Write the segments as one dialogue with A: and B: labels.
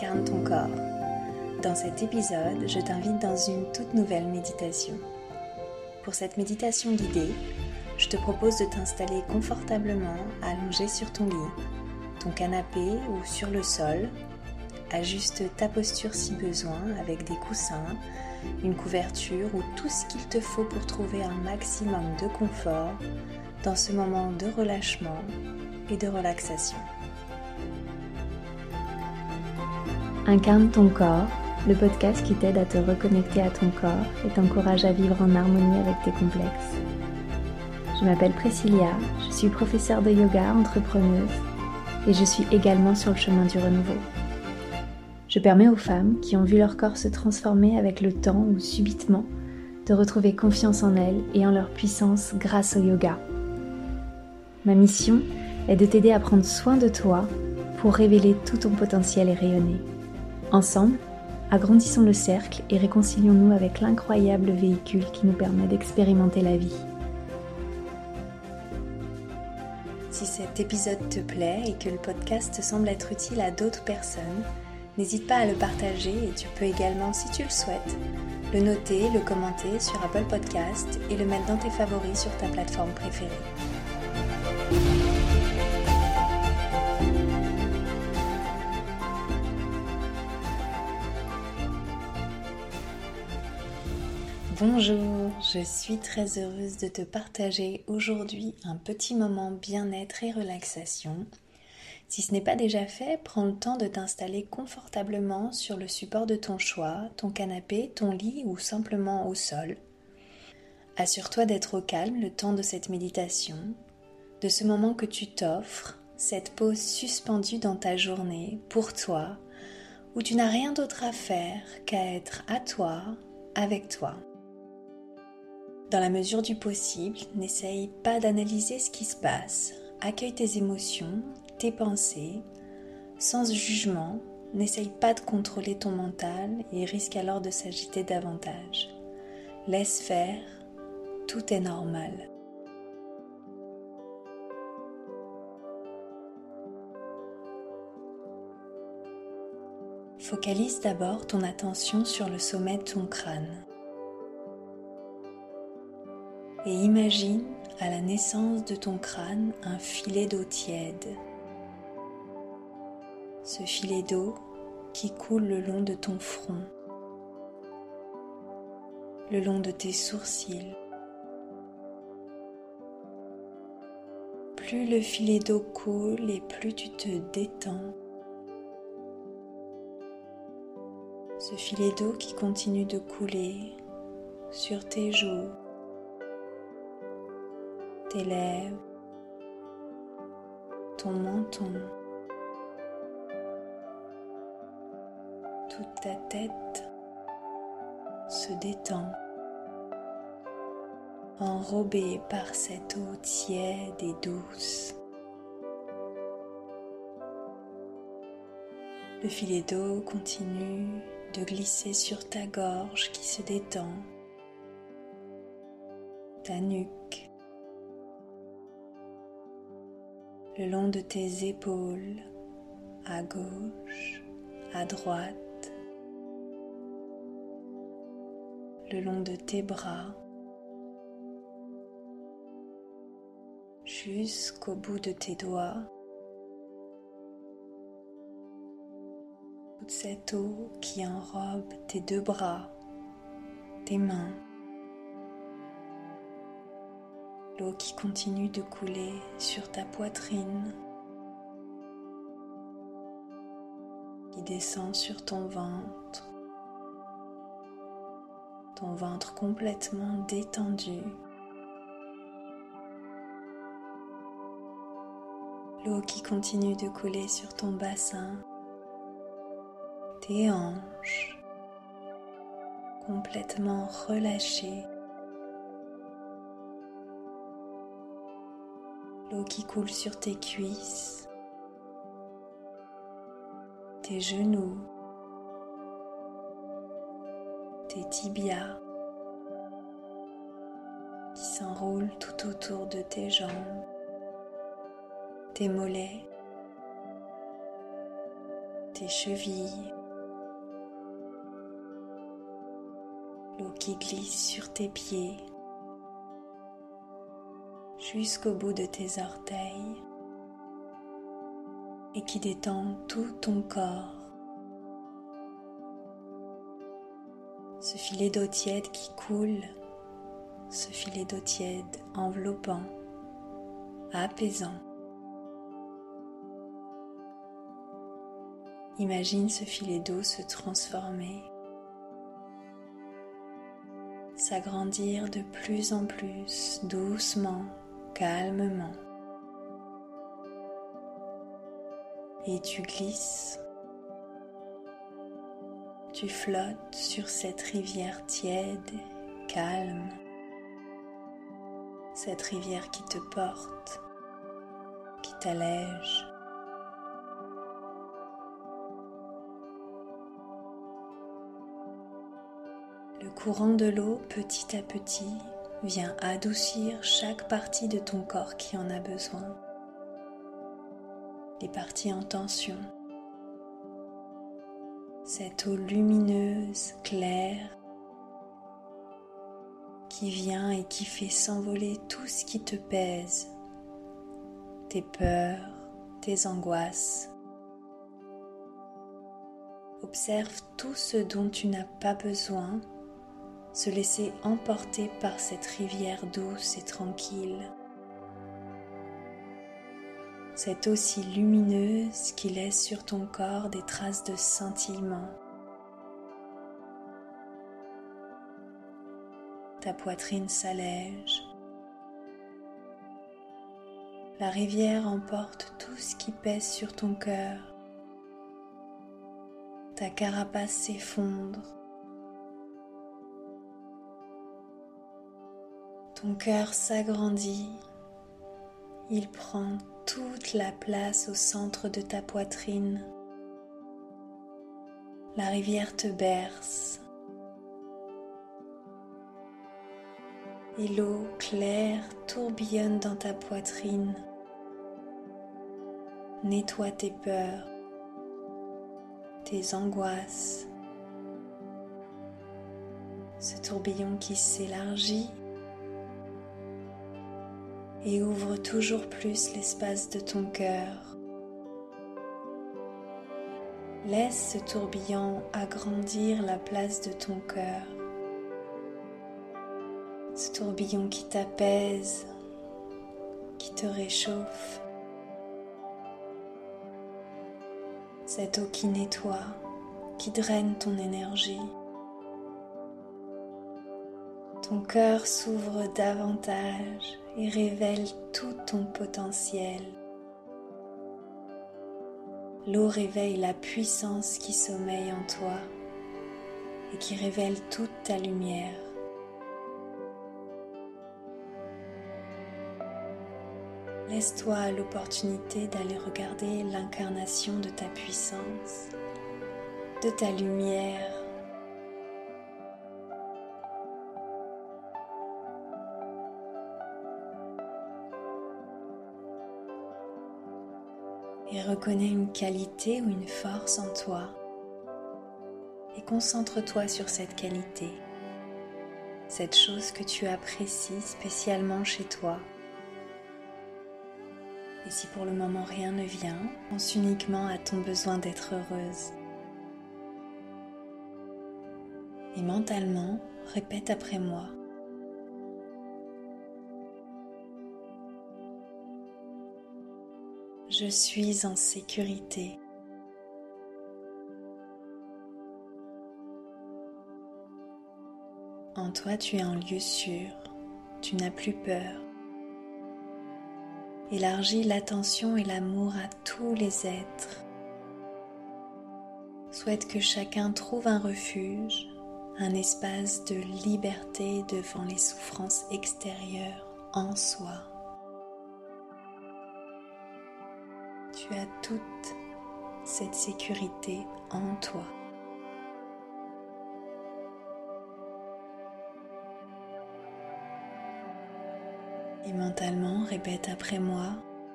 A: Incarne ton corps. Dans cet épisode, je t'invite dans une toute nouvelle méditation. Pour cette méditation guidée, je te propose de t'installer confortablement allongé sur ton lit, ton canapé ou sur le sol. Ajuste ta posture si besoin avec des coussins, une couverture ou tout ce qu'il te faut pour trouver un maximum de confort dans ce moment de relâchement et de relaxation.
B: Incarne ton corps, le podcast qui t'aide à te reconnecter à ton corps et t'encourage à vivre en harmonie avec tes complexes. Je m'appelle Priscilla, je suis professeure de yoga, entrepreneuse et je suis également sur le chemin du renouveau. Je permets aux femmes qui ont vu leur corps se transformer avec le temps ou subitement de retrouver confiance en elles et en leur puissance grâce au yoga. Ma mission est de t'aider à prendre soin de toi pour révéler tout ton potentiel et rayonner. Ensemble, agrandissons le cercle et réconcilions-nous avec l'incroyable véhicule qui nous permet d'expérimenter la vie.
A: Si cet épisode te plaît et que le podcast semble être utile à d'autres personnes, n'hésite pas à le partager et tu peux également, si tu le souhaites, le noter, le commenter sur Apple Podcast et le mettre dans tes favoris sur ta plateforme préférée. Bonjour, je suis très heureuse de te partager aujourd'hui un petit moment bien-être et relaxation. Si ce n'est pas déjà fait, prends le temps de t'installer confortablement sur le support de ton choix, ton canapé, ton lit ou simplement au sol. Assure-toi d'être au calme le temps de cette méditation, de ce moment que tu t'offres, cette pause suspendue dans ta journée pour toi, où tu n'as rien d'autre à faire qu'à être à toi, avec toi. Dans la mesure du possible, n'essaye pas d'analyser ce qui se passe. Accueille tes émotions, tes pensées, sans jugement. N'essaye pas de contrôler ton mental et risque alors de s'agiter davantage. Laisse faire, tout est normal. Focalise d'abord ton attention sur le sommet de ton crâne. Et imagine à la naissance de ton crâne un filet d'eau tiède. Ce filet d'eau qui coule le long de ton front, le long de tes sourcils. Plus le filet d'eau coule et plus tu te détends. Ce filet d'eau qui continue de couler sur tes joues, tes lèvres, ton menton, toute ta tête se détend, enrobée par cette eau tiède et douce. Le filet d'eau continue de glisser sur ta gorge qui se détend, ta nuque, le long de tes épaules, à gauche, à droite, le long de tes bras, jusqu'au bout de tes doigts. Toute cette eau qui enrobe tes deux bras, tes mains. L'eau qui continue de couler sur ta poitrine, qui descend sur ton ventre complètement détendu. L'eau qui continue de couler sur ton bassin, tes hanches, complètement relâchées. L'eau qui coule sur tes cuisses, tes genoux, tes tibias qui s'enroulent tout autour de tes jambes, tes mollets, tes chevilles, l'eau qui glisse sur tes pieds jusqu'au bout de tes orteils et qui détend tout ton corps. Ce filet d'eau tiède qui coule, ce filet d'eau tiède enveloppant, apaisant. Imagine ce filet d'eau se transformer, s'agrandir de plus en plus, doucement, calmement. Et tu glisses, tu flottes sur cette rivière tiède, calme, cette rivière qui te porte, qui t'allège. Le courant de l'eau, petit à petit, vient adoucir chaque partie de ton corps qui en a besoin. Les parties en tension. Cette eau lumineuse, claire, qui vient et qui fait s'envoler tout ce qui te pèse, tes peurs, tes angoisses. Observe tout ce dont tu n'as pas besoin, se laisser emporter par cette rivière douce et tranquille. Cette eau si lumineuse qui laisse sur ton corps des traces de scintillement. Ta poitrine s'allège. La rivière emporte tout ce qui pèse sur ton cœur. Ta carapace s'effondre. Ton cœur s'agrandit. Il prend toute la place au centre de ta poitrine. La rivière te berce. Et l'eau claire tourbillonne dans ta poitrine. Nettoie tes peurs, tes angoisses. Ce tourbillon qui s'élargit et ouvre toujours plus l'espace de ton cœur. Laisse ce tourbillon agrandir la place de ton cœur. Ce tourbillon qui t'apaise, qui te réchauffe. Cette eau qui nettoie, qui draine ton énergie. Ton cœur s'ouvre davantage et révèle tout ton potentiel. L'eau réveille la puissance qui sommeille en toi et qui révèle toute ta lumière. Laisse-toi l'opportunité d'aller regarder l'incarnation de ta puissance, de ta lumière. Et reconnais une qualité ou une force en toi et concentre-toi sur cette qualité, cette chose que tu apprécies spécialement chez toi. Et si pour le moment rien ne vient, pense uniquement à ton besoin d'être heureuse. Et mentalement, répète après moi. Je suis en sécurité. En toi, tu es en lieu sûr. Tu n'as plus peur. Élargis l'attention et l'amour à tous les êtres. Souhaite que chacun trouve un refuge, un espace de liberté devant les souffrances extérieures en soi. Tu as toute cette sécurité en toi. Et mentalement, répète après moi.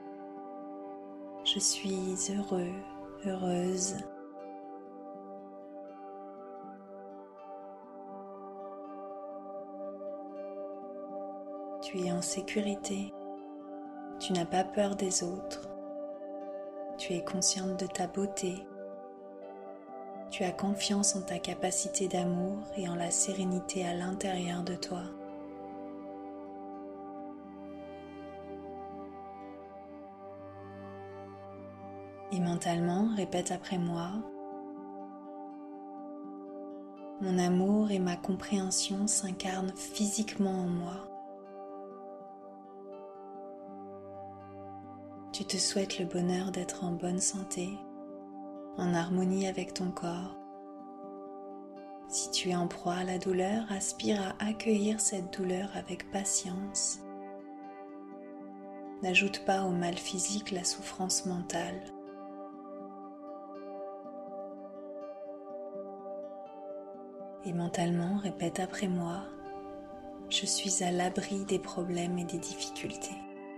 A: Je suis heureux, heureuse. Tu es en sécurité. Tu n'as pas peur des autres. Tu es consciente de ta beauté. Tu as confiance en ta capacité d'amour et en la sérénité à l'intérieur de toi. Et mentalement, répète après moi. Mon amour et ma compréhension s'incarnent physiquement en moi. Tu te souhaites le bonheur d'être en bonne santé, en harmonie avec ton corps. Si tu es en proie à la douleur, aspire à accueillir cette douleur avec patience. N'ajoute pas au mal physique la souffrance mentale. Et mentalement, répète après moi, je suis à l'abri des problèmes et des difficultés.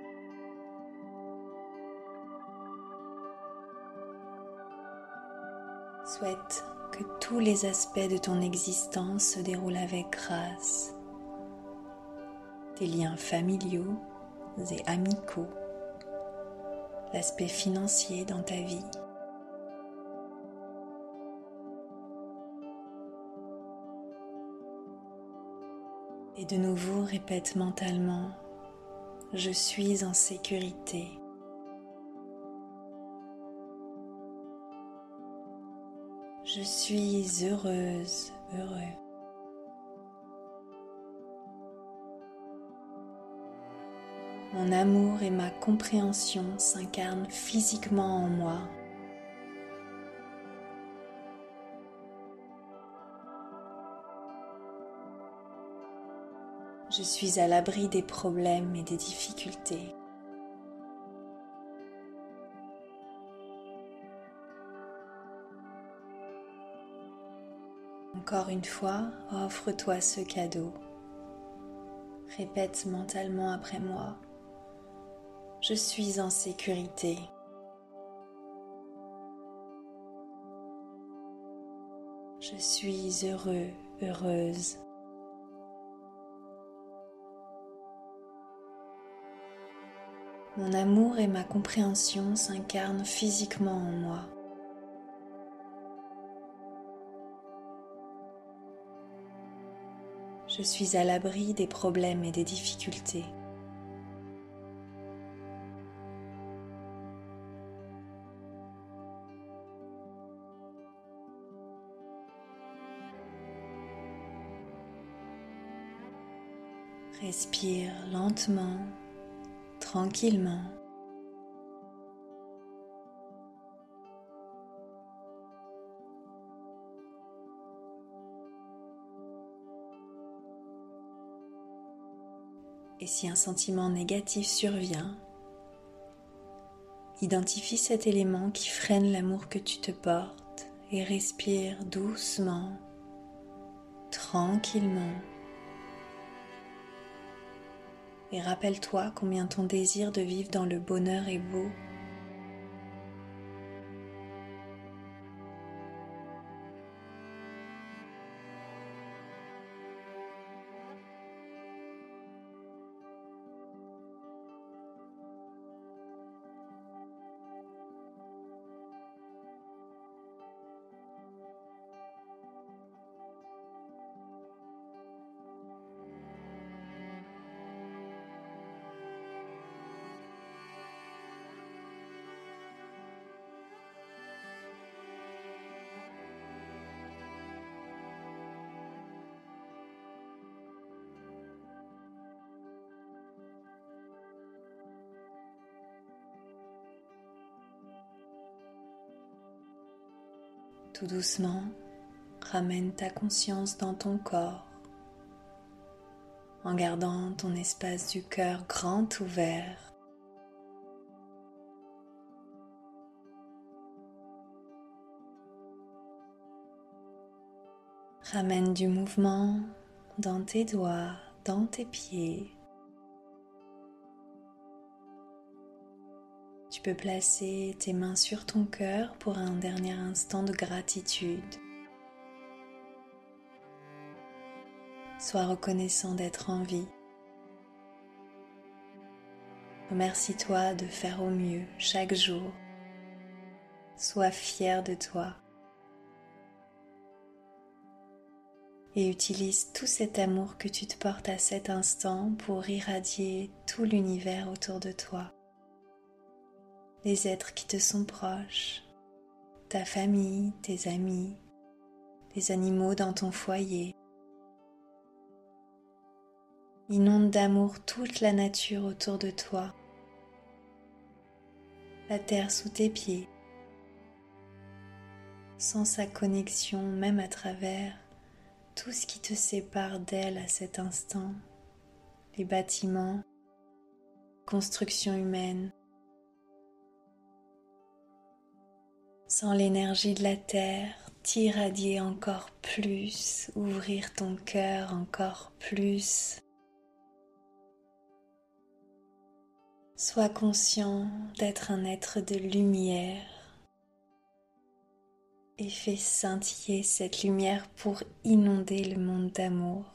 A: Souhaite que tous les aspects de ton existence se déroulent avec grâce. Tes liens familiaux et amicaux, l'aspect financier dans ta vie. Et de nouveau, répète mentalement, je suis en sécurité. Je suis heureuse, heureux. Mon amour et ma compréhension s'incarnent physiquement en moi. Je suis à l'abri des problèmes et des difficultés. Encore une fois, offre-toi ce cadeau. Répète mentalement après moi. Je suis en sécurité. Je suis heureux, heureuse. Mon amour et ma compréhension s'incarnent physiquement en moi. Je suis à l'abri des problèmes et des difficultés. Respire lentement, tranquillement. Et si un sentiment négatif survient, identifie cet élément qui freine l'amour que tu te portes et respire doucement, tranquillement. Et rappelle-toi combien ton désir de vivre dans le bonheur est beau. Tout doucement, ramène ta conscience dans ton corps en gardant ton espace du cœur grand ouvert. Ramène du mouvement dans tes doigts, dans tes pieds. Tu peux placer tes mains sur ton cœur pour un dernier instant de gratitude. Sois reconnaissant d'être en vie. Remercie-toi de faire au mieux chaque jour. Sois fier de toi. Et utilise tout cet amour que tu te portes à cet instant pour irradier tout l'univers autour de toi. Les êtres qui te sont proches, ta famille, tes amis, les animaux dans ton foyer. Inonde d'amour toute la nature autour de toi, la terre sous tes pieds, sans sa connexion même à travers tout ce qui te sépare d'elle à cet instant, les bâtiments, constructions humaines. Sans l'énergie de la terre, t'irradier encore plus, ouvrir ton cœur encore plus. Sois conscient d'être un être de lumière et fais scintiller cette lumière pour inonder le monde d'amour.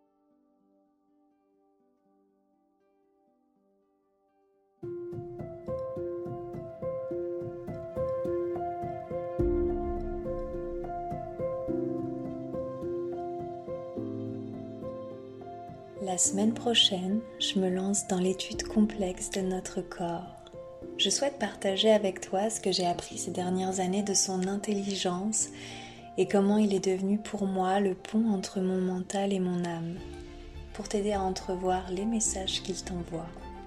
A: La semaine prochaine, je me lance dans l'étude complexe de notre corps. Je souhaite partager avec toi ce que j'ai appris ces dernières années de son intelligence et comment il est devenu pour moi le pont entre mon mental et mon âme, pour t'aider à entrevoir les messages qu'il t'envoie.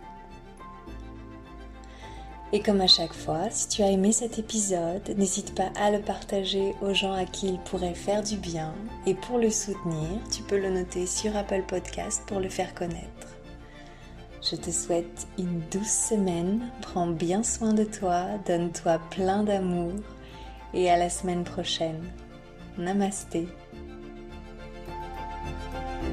A: Et comme à chaque fois, si tu as aimé cet épisode, n'hésite pas à le partager aux gens à qui il pourrait faire du bien. Et pour le soutenir, tu peux le noter sur Apple Podcast pour le faire connaître. Je te souhaite une douce semaine, prends bien soin de toi, donne-toi plein d'amour et à la semaine prochaine. Namasté.